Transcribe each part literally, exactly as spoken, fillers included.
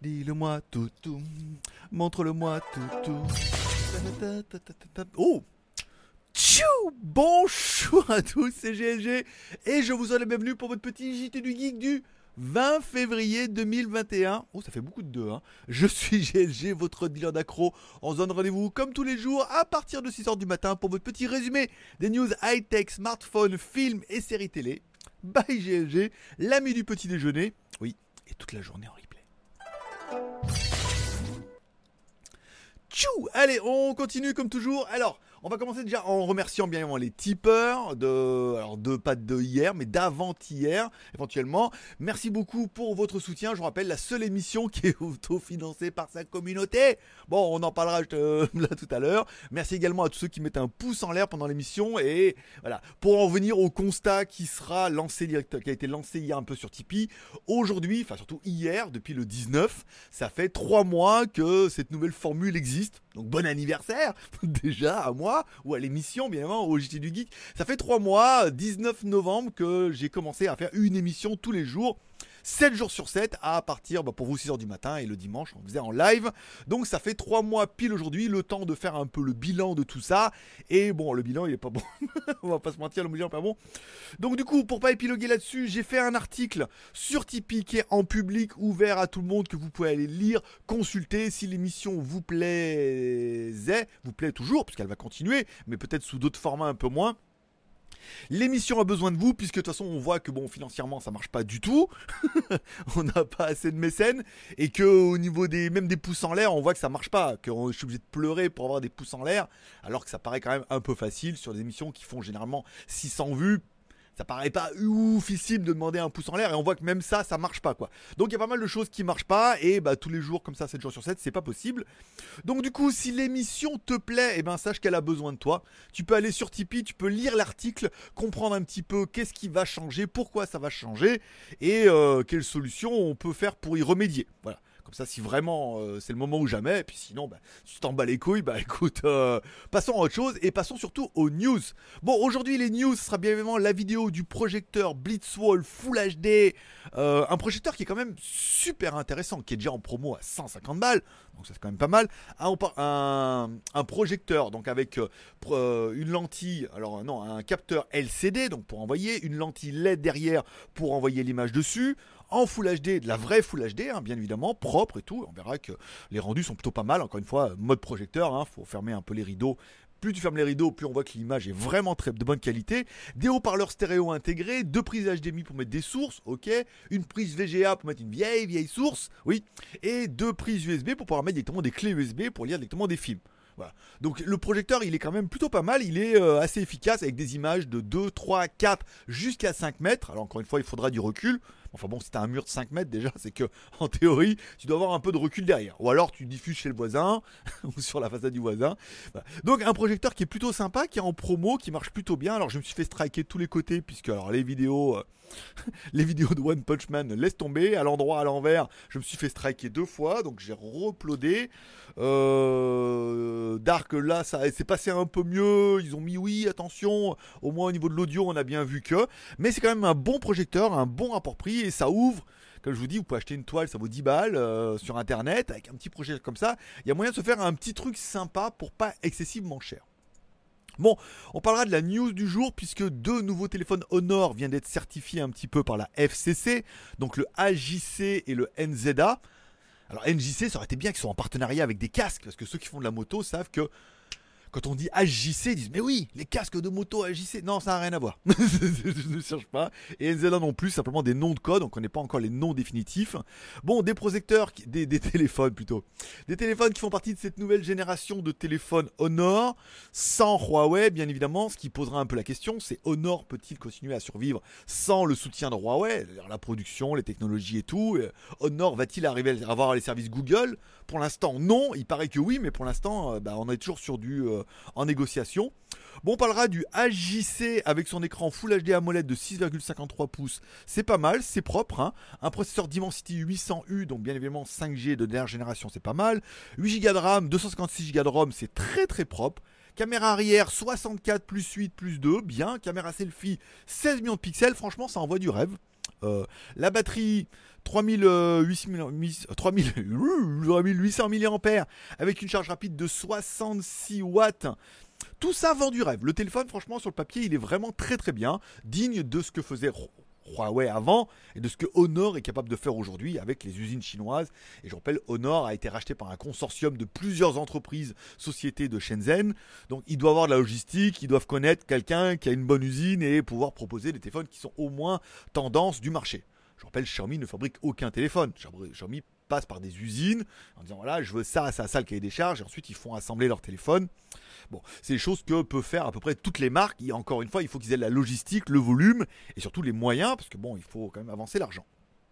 Dis-le-moi tout, tout. Montre-le-moi tout, tout. Oh! Tchou! Bonjour à tous, c'est G L G et je vous souhaite la bienvenue pour votre petit J T du Geek du vingt février deux mille vingt et un. Oh, ça fait beaucoup de deux, hein. Je suis G L G, votre dealer d'accro. On se donne rendez-vous comme tous les jours à partir de six heures du matin pour votre petit résumé des news high-tech, smartphones, films et séries télé. Bye G L G, l'ami du petit déjeuner. Oui, et toute la journée en replay. Tchou! Allez, on continue comme toujours. Alors, on va commencer déjà en remerciant bien évidemment les tipeurs de, alors de pas de hier, mais d'avant-hier éventuellement. Merci beaucoup pour votre soutien. Je vous rappelle, la seule émission qui est autofinancée par sa communauté. Bon, on en parlera euh, là tout à l'heure. Merci également à tous ceux qui mettent un pouce en l'air pendant l'émission. Et voilà, pour en venir au constat qui sera lancé direct, qui a été lancé hier un peu sur Tipeee. Aujourd'hui, enfin surtout hier, depuis le dix-neuf, ça fait trois mois que cette nouvelle formule existe. Donc bon anniversaire déjà à moi ou à l'émission bien évidemment au J T du Geek. Ça fait trois mois, dix-neuf novembre, que j'ai commencé à faire une émission tous les jours. sept jours sur sept à partir, bah pour vous, six heures du matin, et le dimanche on faisait en live. Donc ça fait trois mois pile aujourd'hui, le temps de faire un peu le bilan de tout ça. Et bon, le bilan il est pas bon, on va pas se mentir, le bilan est pas bon. Donc du coup, pour pas épiloguer là-dessus, j'ai fait un article sur Tipeee qui est en public, ouvert à tout le monde, que vous pouvez aller lire, consulter. Si l'émission vous plaisait, vous plaît toujours, puisqu'elle va continuer, mais peut-être sous d'autres formats un peu moins. L'émission a besoin de vous, puisque de toute façon on voit que bon, financièrement ça marche pas du tout. On n'a pas assez de mécènes, et que au niveau des même des pouces en l'air, on voit que ça marche pas, que je suis obligé de pleurer pour avoir des pouces en l'air, alors que ça paraît quand même un peu facile sur des émissions qui font généralement six cents vues. Ça paraît pas oufissime de demander un pouce en l'air, et on voit que même ça, ça marche pas quoi. Donc il y a pas mal de choses qui marchent pas, et bah tous les jours comme ça, sept jours sur sept, c'est pas possible. Donc du coup, si l'émission te plaît, eh ben sache qu'elle a besoin de toi. Tu peux aller sur Tipeee, tu peux lire l'article, comprendre un petit peu qu'est-ce qui va changer, pourquoi ça va changer, et euh, quelles solutions on peut faire pour y remédier. Voilà. Comme ça, si vraiment euh, c'est le moment ou jamais, et puis sinon, bah, si tu t'en bats les couilles, bah écoute, euh, passons à autre chose, et passons surtout aux news. Bon, aujourd'hui, les news, ce sera bien évidemment la vidéo du projecteur Blitzwall Full H D, euh, un projecteur qui est quand même super intéressant, qui est déjà en promo à cent cinquante balles, donc ça c'est quand même pas mal. Un, un, un projecteur, donc avec euh, une lentille, alors non, un capteur L C D, donc pour envoyer, une lentille L E D derrière pour envoyer l'image dessus, en Full H D, de la vraie Full H D, hein, bien évidemment, propre et tout. On verra que les rendus sont plutôt pas mal. Encore une fois, mode projecteur, hein, faut fermer un peu les rideaux. Plus tu fermes les rideaux, plus on voit que l'image est vraiment très de bonne qualité. Des haut-parleurs stéréo intégrés, deux prises H D M I pour mettre des sources, ok. Une prise V G A pour mettre une vieille, vieille source, oui. Et deux prises U S B pour pouvoir mettre directement des clés U S B pour lire directement des films. Voilà. Donc le projecteur il est quand même plutôt pas mal, il est euh, assez efficace avec des images de deux, trois, quatre jusqu'à cinq mètres. Alors encore une fois il faudra du recul. Enfin bon, si t'as un mur de cinq mètres déjà, c'est que en théorie tu dois avoir un peu de recul derrière. Ou alors tu diffuses chez le voisin ou sur la façade du voisin. Voilà. Donc un projecteur qui est plutôt sympa, qui est en promo, qui marche plutôt bien. Alors je me suis fait striker de tous les côtés puisque alors les vidéos... Euh, les vidéos de One Punch Man laissent tomber. À l'endroit, à l'envers, je me suis fait striker deux fois, donc j'ai reuploadé. euh, Dark, là ça s'est passé un peu mieux. Ils ont mis oui, attention, au moins au niveau de l'audio on a bien vu que, mais c'est quand même un bon projecteur, un bon rapport prix, et ça ouvre. Comme je vous dis, vous pouvez acheter une toile, ça vaut dix balles euh, sur internet, avec un petit projecteur comme ça. Il y a moyen de se faire un petit truc sympa pour pas excessivement cher. Bon, on parlera de la news du jour puisque deux nouveaux téléphones Honor viennent d'être certifiés un petit peu par la F C C, donc le A J C et le N Z A. Alors N J C, ça aurait été bien qu'ils soient en partenariat avec des casques, parce que ceux qui font de la moto savent que quand on dit H J C, ils disent mais oui, les casques de moto H J C, non, ça n'a rien à voir. Je ne cherche pas. Et N Z A non plus, simplement des noms de code, on ne connaît pas encore les noms définitifs. Bon, des projecteurs, des, des téléphones plutôt. Des téléphones qui font partie de cette nouvelle génération de téléphones Honor, sans Huawei, bien évidemment. Ce qui posera un peu la question, c'est Honor peut-il continuer à survivre sans le soutien de Huawei, la production, les technologies et tout. Honor va-t-il arriver à avoir les services Google? Pour l'instant, non. Il paraît que oui, mais pour l'instant, bah, on est toujours sur du... Euh, en négociation. Bon, on parlera du H J C avec son écran Full H D AMOLED de six virgule cinquante-trois pouces. C'est pas mal, c'est propre, hein. Un processeur Dimensity huit cents U, donc bien évidemment cinq G de dernière génération, c'est pas mal. huit giga de RAM, deux cent cinquante-six giga de ROM, c'est très très propre. Caméra arrière soixante-quatre plus huit plus deux, bien. Caméra selfie seize millions de pixels, franchement ça envoie du rêve. Euh, la batterie, trois mille huit cents milliampères avec une charge rapide de soixante-six watts. Tout ça vend du rêve. Le téléphone, franchement, sur le papier, il est vraiment très très bien, digne de ce que faisait Huawei avant et de ce que Honor est capable de faire aujourd'hui avec les usines chinoises. Et je rappelle, Honor a été racheté par un consortium de plusieurs entreprises, sociétés de Shenzhen. Donc il doit avoir de la logistique, ils doivent connaître quelqu'un qui a une bonne usine et pouvoir proposer des téléphones qui sont au moins tendance du marché. Je rappelle, Xiaomi ne fabrique aucun téléphone. Xiaomi passe par des usines en disant voilà, je veux ça, ça, ça, le cahier des charges, et ensuite ils font assembler leur téléphone. Bon, c'est des choses que peuvent faire à peu près toutes les marques. Et encore une fois, il faut qu'ils aient la logistique, le volume et surtout les moyens, parce que bon, il faut quand même avancer l'argent.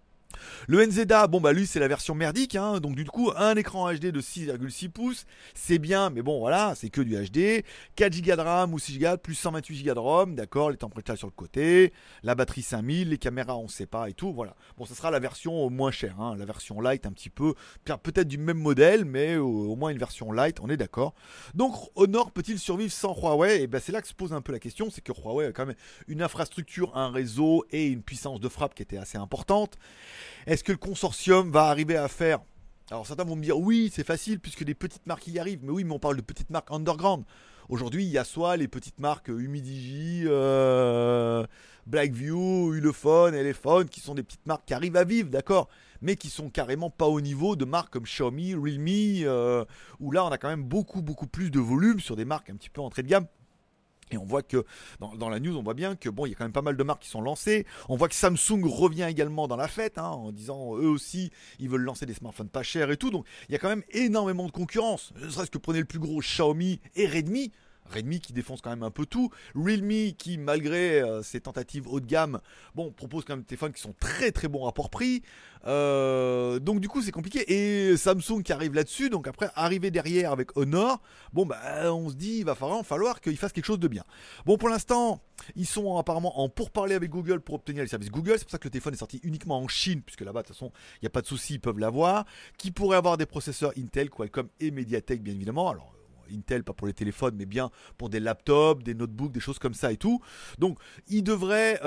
Le N Z A, bon bah lui c'est la version merdique, hein, donc du coup un écran H D de six virgule six pouces, c'est bien, mais bon voilà, c'est que du H D, quatre giga de RAM ou six giga, plus cent vingt-huit giga de ROM, d'accord, les températures sur le côté, la batterie cinq mille, les caméras on sait pas et tout, voilà. Bon, ça sera la version moins chère, hein, la version light un petit peu, peut-être du même modèle, mais au, au moins une version light, on est d'accord. Donc Honor peut-il survivre sans Huawei? Et ben c'est là que se pose un peu la question, c'est que Huawei a quand même une infrastructure, un réseau et une puissance de frappe qui était assez importante. Est-ce que le consortium va arriver à faire... Alors certains vont me dire oui c'est facile puisque des petites marques y arrivent, mais oui mais on parle de petites marques underground. Aujourd'hui il y a soit les petites marques Humidigi, euh, Blackview, Ulefone, Elephone qui sont des petites marques qui arrivent à vivre, d'accord, mais qui sont carrément pas au niveau de marques comme Xiaomi, Realme, euh, où là on a quand même beaucoup beaucoup plus de volume sur des marques un petit peu entrée de gamme. Et on voit que dans, dans la news, on voit bien que bon, il y a quand même pas mal de marques qui sont lancées. On voit que Samsung revient également dans la fête, hein, en disant eux aussi, ils veulent lancer des smartphones pas chers et tout. Donc il y a quand même énormément de concurrence. Ne serait-ce que prenez le plus gros Xiaomi et Redmi. Redmi qui défonce quand même un peu tout. Realme qui, malgré euh, ses tentatives haut de gamme, bon, propose quand même des téléphones qui sont très très bons rapport prix. Euh, donc du coup c'est compliqué. Et Samsung qui arrive là-dessus. Donc après arriver derrière avec Honor, bon bah on se dit il va falloir, falloir qu'ils fassent quelque chose de bien. Bon pour l'instant ils sont apparemment en pourparlers avec Google pour obtenir les services Google. C'est pour ça que le téléphone est sorti uniquement en Chine, puisque là-bas de toute façon il n'y a pas de souci, ils peuvent l'avoir. Qui pourrait avoir des processeurs Intel, Qualcomm et Mediatek bien évidemment. Alors Intel, pas pour les téléphones, mais bien pour des laptops, des notebooks, des choses comme ça et tout. Donc, ils devraient,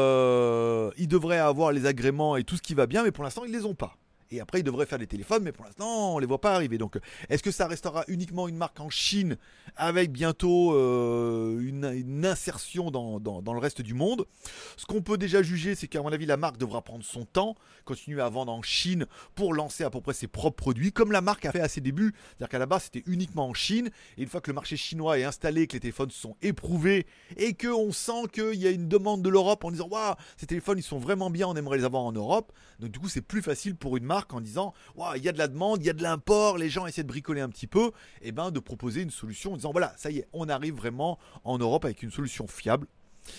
euh, ils devraient avoir les agréments et tout ce qui va bien, mais pour l'instant, ils les ont pas. Et après, ils devraient faire des téléphones, mais pour l'instant, on les voit pas arriver. Donc, est-ce que ça restera uniquement une marque en Chine avec bientôt euh, une, une insertion dans, dans, dans le reste du monde? Ce qu'on peut déjà juger, c'est qu'à mon avis, la marque devra prendre son temps, continuer à vendre en Chine pour lancer à peu près ses propres produits, comme la marque a fait à ses débuts. C'est-à-dire qu'à la base, c'était uniquement en Chine. Et une fois que le marché chinois est installé, que les téléphones sont éprouvés et qu'on sent qu'il y a une demande de l'Europe en disant « Waouh, ces téléphones, ils sont vraiment bien, on aimerait les avoir en Europe », donc du coup, c'est plus facile pour une marque en disant waouh, il y a de la demande, il y a de l'import, les gens essaient de bricoler un petit peu, et ben de proposer une solution en disant voilà, ça y est, on arrive vraiment en Europe avec une solution fiable.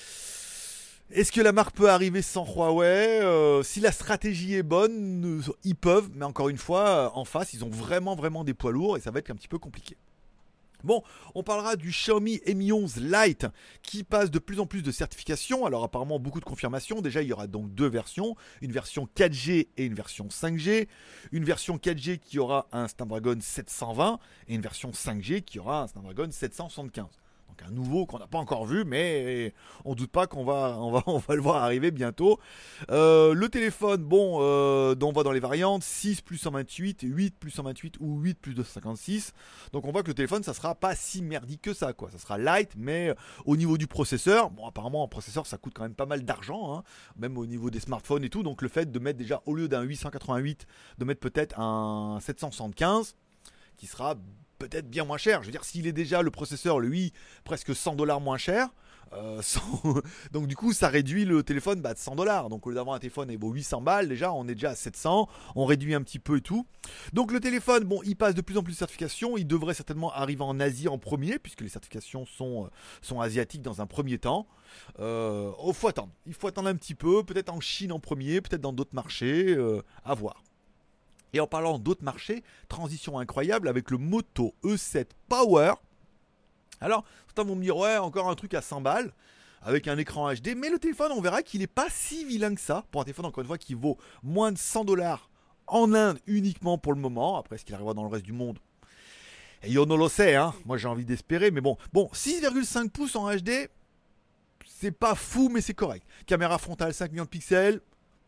Est-ce que la marque peut arriver sans Huawei? euh, Si la stratégie est bonne, ils peuvent, mais encore une fois, en face, ils ont vraiment vraiment des poids lourds et ça va être un petit peu compliqué. Bon, on parlera du Xiaomi Mi onze Lite qui passe de plus en plus de certifications. Alors apparemment beaucoup de confirmations. Déjà il y aura donc deux versions, une version quatre G et une version cinq G. Une version quatre G qui aura un Snapdragon sept cent vingt et une version cinq G qui aura un Snapdragon sept cent soixante-quinze. Un nouveau qu'on n'a pas encore vu, mais on doute pas qu'on va, on va, on va le voir arriver bientôt. Euh, le téléphone, bon, euh, on va dans les variantes six plus cent vingt-huit, huit plus cent vingt-huit ou huit plus deux cent cinquante-six. Donc on voit que le téléphone, ça sera pas si merdique que ça, quoi. Ça sera light, mais au niveau du processeur, bon, apparemment un processeur, ça coûte quand même pas mal d'argent, hein, même au niveau des smartphones et tout. Donc le fait de mettre déjà au lieu d'un huit cent quatre-vingt-huit, de mettre peut-être un sept cent soixante-quinze, qui sera peut-être bien moins cher. Je veux dire, s'il est déjà le processeur, lui, presque cent dollars moins cher, euh, cent... donc du coup, ça réduit le téléphone bah, de cent dollars. Donc au lieu d'avoir un téléphone, il vaut huit cents balles, déjà, on est déjà à sept cents, on réduit un petit peu et tout. Donc le téléphone, bon, il passe de plus en plus de certifications, il devrait certainement arriver en Asie en premier, puisque les certifications sont, euh, sont asiatiques dans un premier temps. Euh, oh, faut attendre, il faut attendre un petit peu, peut-être en Chine en premier, peut-être dans d'autres marchés, euh, à voir. Et en parlant d'autres marchés, transition incroyable avec le Moto E sept Power. Alors, certains vont me dire, ouais, encore un truc à cent balles, avec un écran H D, mais le téléphone, on verra qu'il n'est pas si vilain que ça, pour un téléphone, encore une fois, qui vaut moins de cent dollars en Inde uniquement pour le moment, après ce qu'il arrivera dans le reste du monde. Et yo no lo sait, hein, moi j'ai envie d'espérer, mais bon, bon, six virgule cinq pouces en H D, c'est pas fou, mais c'est correct. Caméra frontale cinq millions de pixels,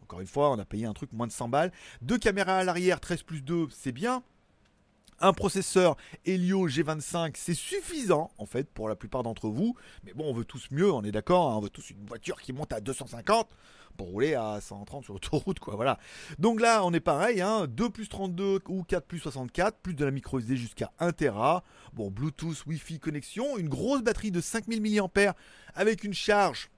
Encore une fois, on a payé un truc moins de cent balles. Deux caméras à l'arrière, treize plus deux, c'est bien. Un processeur Helio G vingt-cinq, c'est suffisant en fait pour la plupart d'entre vous. Mais bon, on veut tous mieux, on est d'accord, hein, on veut tous une voiture qui monte à deux cent cinquante pour rouler à cent trente sur l'autoroute, quoi. Voilà. Donc là, on est pareil, hein, deux plus trente-deux ou quatre plus soixante-quatre, plus de la micro S D jusqu'à un téra. Bon, Bluetooth, Wi-Fi, connexion, une grosse batterie de cinq mille milliampères avec une charge.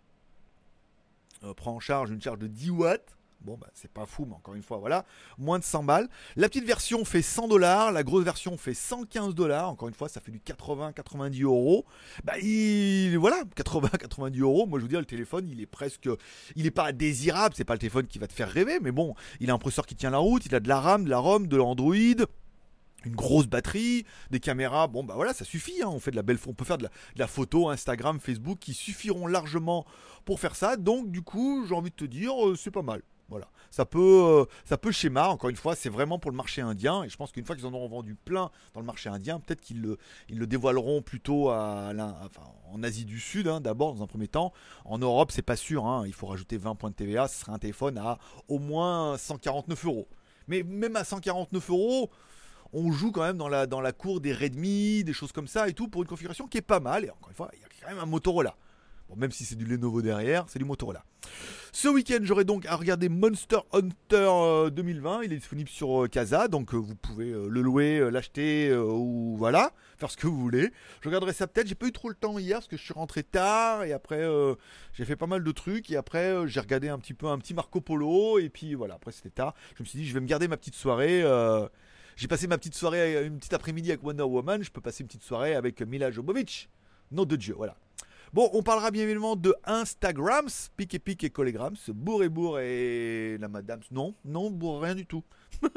Euh, prend en charge une charge de dix watts. Bon, bah, c'est pas fou, mais encore une fois, voilà, moins de cent balles. La petite version fait cent dollars, la grosse version fait cent quinze dollars. Encore une fois, ça fait du quatre-vingts à quatre-vingt-dix euros. Bah, il, voilà, quatre-vingts à quatre-vingt-dix euros. Moi, je veux dire, le téléphone, il est presque, il est pas désirable. C'est pas le téléphone qui va te faire rêver, mais bon, il a un processeur qui tient la route, il a de la RAM, de la ROM, de l'Android. Une grosse batterie, des caméras, bon bah voilà, ça suffit, hein. On fait de la belle, on peut faire de la, de la photo, Instagram, Facebook, qui suffiront largement pour faire ça. Donc du coup, j'ai envie de te dire, euh, c'est pas mal. Voilà, ça peut, euh, ça peut schéma. Encore une fois, c'est vraiment pour le marché indien. Et je pense qu'une fois qu'ils en auront vendu plein dans le marché indien, peut-être qu'ils le, ils le dévoileront plutôt à, à enfin, en Asie du Sud, hein, d'abord dans un premier temps. En Europe, c'est pas sûr, hein. Il faut rajouter vingt points de T V A. Ce serait un téléphone à au moins cent quarante-neuf euros. Mais même à cent quarante-neuf euros, on joue quand même dans la, dans la cour des Redmi, des choses comme ça et tout, pour une configuration qui est pas mal. Et encore une fois, il y a quand même un Motorola. Bon, même si c'est du Lenovo derrière, c'est du Motorola. Ce week-end, j'aurai donc à regarder Monster Hunter euh, deux mille vingt. Il est disponible sur euh, Casa, donc euh, vous pouvez euh, le louer, euh, l'acheter euh, ou voilà, faire ce que vous voulez. Je regarderai ça peut-être. J'ai pas eu trop le temps hier parce que je suis rentré tard et après euh, j'ai fait pas mal de trucs et après euh, j'ai regardé un petit peu un petit Marco Polo et puis voilà. Après c'était tard. Je me suis dit je vais me garder ma petite soirée. Euh, J'ai passé ma petite soirée, une petite après-midi avec Wonder Woman. Je peux passer une petite soirée avec Mila Jovovich. Nom de Dieu, voilà. Bon, on parlera bien évidemment de Instagrams, Pic et Pic et Collegrams, Bourg et Bourg et la Madame. Non, non, Bourg, rien du tout.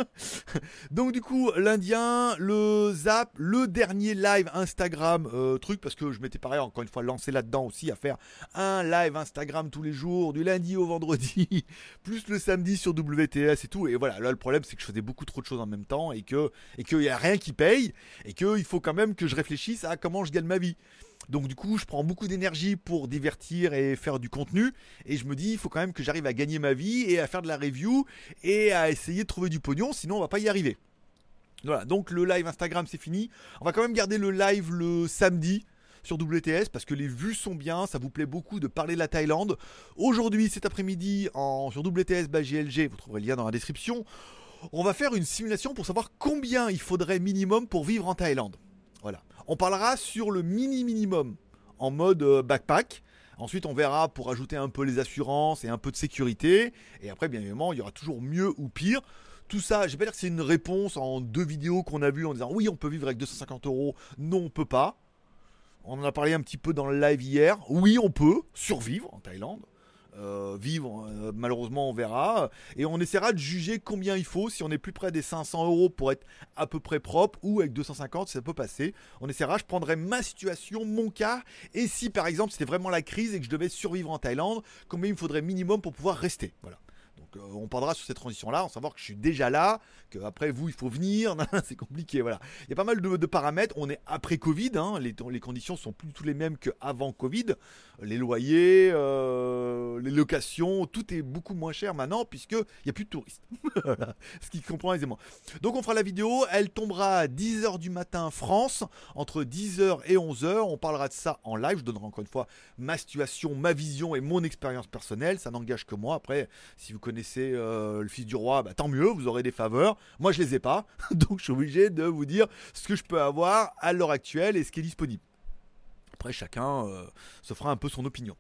Donc du coup, l'Indien, le Zap, le dernier live Instagram euh, truc, parce que je m'étais pareil encore une fois lancé là-dedans aussi à faire un live Instagram tous les jours, du lundi au vendredi, plus le samedi sur W T S et tout. Et voilà, là le problème c'est que je faisais beaucoup trop de choses en même temps et que et qu'il n'y a rien qui paye et qu'il faut quand même que je réfléchisse à comment je gagne ma vie. Donc du coup, je prends beaucoup d'énergie pour divertir et faire du contenu. Et je me dis, il faut quand même que j'arrive à gagner ma vie et à faire de la review et à essayer de trouver du pognon, sinon on va pas y arriver. Voilà, donc le live Instagram c'est fini. On va quand même garder le live le samedi sur W T S parce que les vues sont bien, ça vous plaît beaucoup de parler de la Thaïlande. Aujourd'hui, cet après-midi, en, sur W T S by G L G, vous trouverez le lien dans la description, on va faire une simulation pour savoir combien il faudrait minimum pour vivre en Thaïlande. Voilà. On parlera sur le mini minimum en mode euh, backpack. Ensuite, on verra pour ajouter un peu les assurances et un peu de sécurité. Et après, bien évidemment, il y aura toujours mieux ou pire. Tout ça, je ne vais pas dire que c'est une réponse en deux vidéos qu'on a vues en disant oui, on peut vivre avec deux cent cinquante euros. Non, on ne peut pas. On en a parlé un petit peu dans le live hier. Oui, on peut survivre en Thaïlande. Euh, vivre, euh, malheureusement on verra et on essaiera de juger combien il faut, si on est plus près des cinq cents euros pour être à peu près propre ou avec deux cent cinquante ça peut passer. On essaiera, je prendrai ma situation, mon cas, et si par exemple c'était vraiment la crise et que je devais survivre en Thaïlande, combien il me faudrait minimum pour pouvoir rester. Voilà. Donc euh, on parlera sur cette transition là, en savoir que je suis déjà là, que après vous il faut venir, c'est compliqué, voilà. Il y a pas mal de, de paramètres, on est après Covid, hein, les, les conditions sont plus du tout les mêmes qu'avant Covid, les loyers, euh, les locations, tout est beaucoup moins cher maintenant puisqu'il n'y a plus de touristes, voilà. Ce qui comprend aisément. Donc on fera la vidéo, elle tombera à dix heures du matin France, entre dix heures et onze heures, on parlera de ça en live, je donnerai encore une fois ma situation, ma vision et mon expérience personnelle, ça n'engage que moi. Après, si vous connaissez euh, le fils du roi, bah, tant mieux, vous aurez des faveurs. Moi, je les ai pas, donc je suis obligé de vous dire ce que je peux avoir à l'heure actuelle et ce qui est disponible. Après, chacun euh, se fera un peu son opinion.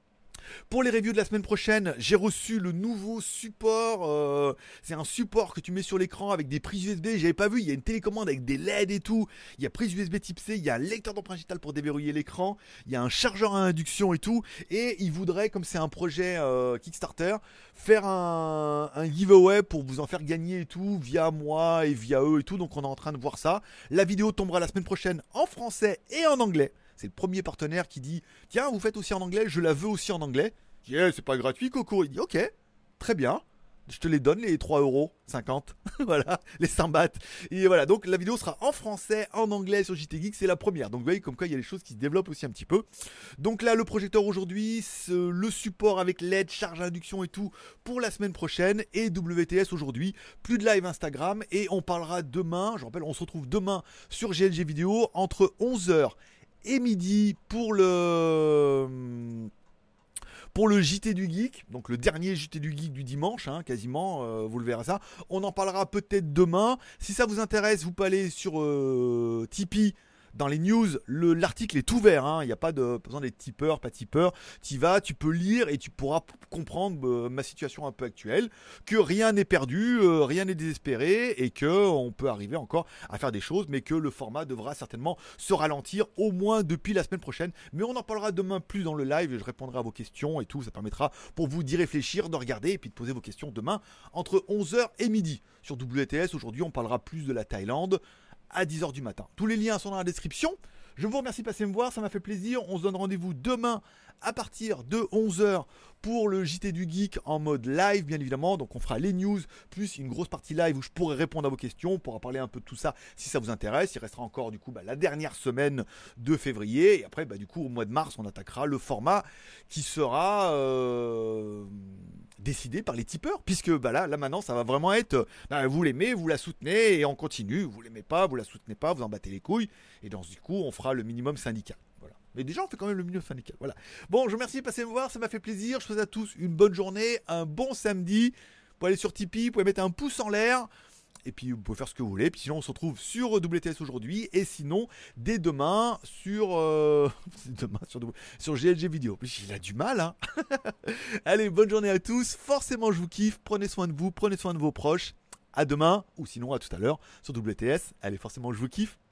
Pour les reviews de la semaine prochaine, j'ai reçu le nouveau support. Euh, c'est un support que tu mets sur l'écran avec des prises U S B. J'avais pas vu, il y a une télécommande avec des L E D et tout. Il y a prise U S B type C, il y a un lecteur d'empreinte digitale pour déverrouiller l'écran. Il y a un chargeur à induction et tout. Et il voudrait, comme c'est un projet euh, Kickstarter, faire un, un giveaway pour vous en faire gagner et tout, via moi et via eux et tout. Donc on est en train de voir ça. La vidéo tombera la semaine prochaine en français et en anglais. C'est le premier partenaire qui dit « Tiens, vous faites aussi en anglais, je la veux aussi en anglais. » Je dis hey, « C'est pas gratuit, Coco. » Il dit « Ok, très bien. je te les donne, les trois euros cinquante. Voilà, les cent bahts. Et voilà, donc la vidéo sera en français, en anglais sur J T Geek, c'est la première. Donc vous voyez comme quoi il y a des choses qui se développent aussi un petit peu. Donc là, le projecteur aujourd'hui, le support avec L E D, charge induction et tout pour la semaine prochaine. Et W T S aujourd'hui, plus de live Instagram. Et on parlera demain, je rappelle, on se retrouve demain sur G L G Vidéo entre onze heures et midi pour le... Pour le J T du Geek, donc le dernier J T du Geek du dimanche, hein, quasiment, euh, vous le verrez ça. On en parlera peut-être demain. Si ça vous intéresse, vous pouvez aller sur euh, Tipeee. Dans les news, le, l'article est ouvert, hein, il n'y a pas de pas besoin d'être tipeur, pas tipeur. Tu y vas, tu peux lire et tu pourras p- comprendre euh, ma situation un peu actuelle, que rien n'est perdu, euh, rien n'est désespéré et que on peut arriver encore à faire des choses, mais que le format devra certainement se ralentir au moins depuis la semaine prochaine. Mais on en parlera demain plus dans le live et je répondrai à vos questions et tout. Ça permettra pour vous d'y réfléchir, de regarder et puis de poser vos questions demain entre onze heures et midi. Sur W T S, aujourd'hui, on parlera plus de la Thaïlande à dix heures du matin. Tous les liens sont dans la description. Je vous remercie de passer me voir, ça m'a fait plaisir. On se donne rendez-vous demain à partir de onze heures pour le J T du Geek en mode live, bien évidemment. Donc on fera les news, plus une grosse partie live où je pourrai répondre à vos questions. On pourra parler un peu de tout ça si ça vous intéresse. Il restera encore du coup bah, la dernière semaine de février. Et après, bah, du coup, au mois de mars, on attaquera le format qui sera... Euh... décidé par les tipeurs, puisque bah là, là maintenant ça va vraiment être bah, vous l'aimez, vous la soutenez et on continue, vous l'aimez pas, vous la soutenez pas, vous en battez les couilles et dans ce coup on fera le minimum syndical. Voilà. Mais déjà on fait quand même le minimum syndical. Voilà. Bon, je vous remercie de passer me voir, ça m'a fait plaisir. Je souhaite à tous une bonne journée, un bon samedi. Vous pouvez aller sur Tipeee, vous pouvez mettre un pouce en l'air. Et puis vous pouvez faire ce que vous voulez. Puis sinon on se retrouve sur W T S aujourd'hui. Et sinon dès demain sur euh... demain sur, sur G L G Vidéo. Il a du mal hein. Allez, bonne journée à tous. Forcément je vous kiffe. Prenez soin de vous, prenez soin de vos proches. À demain ou sinon à tout à l'heure sur W T S. Allez, forcément je vous kiffe.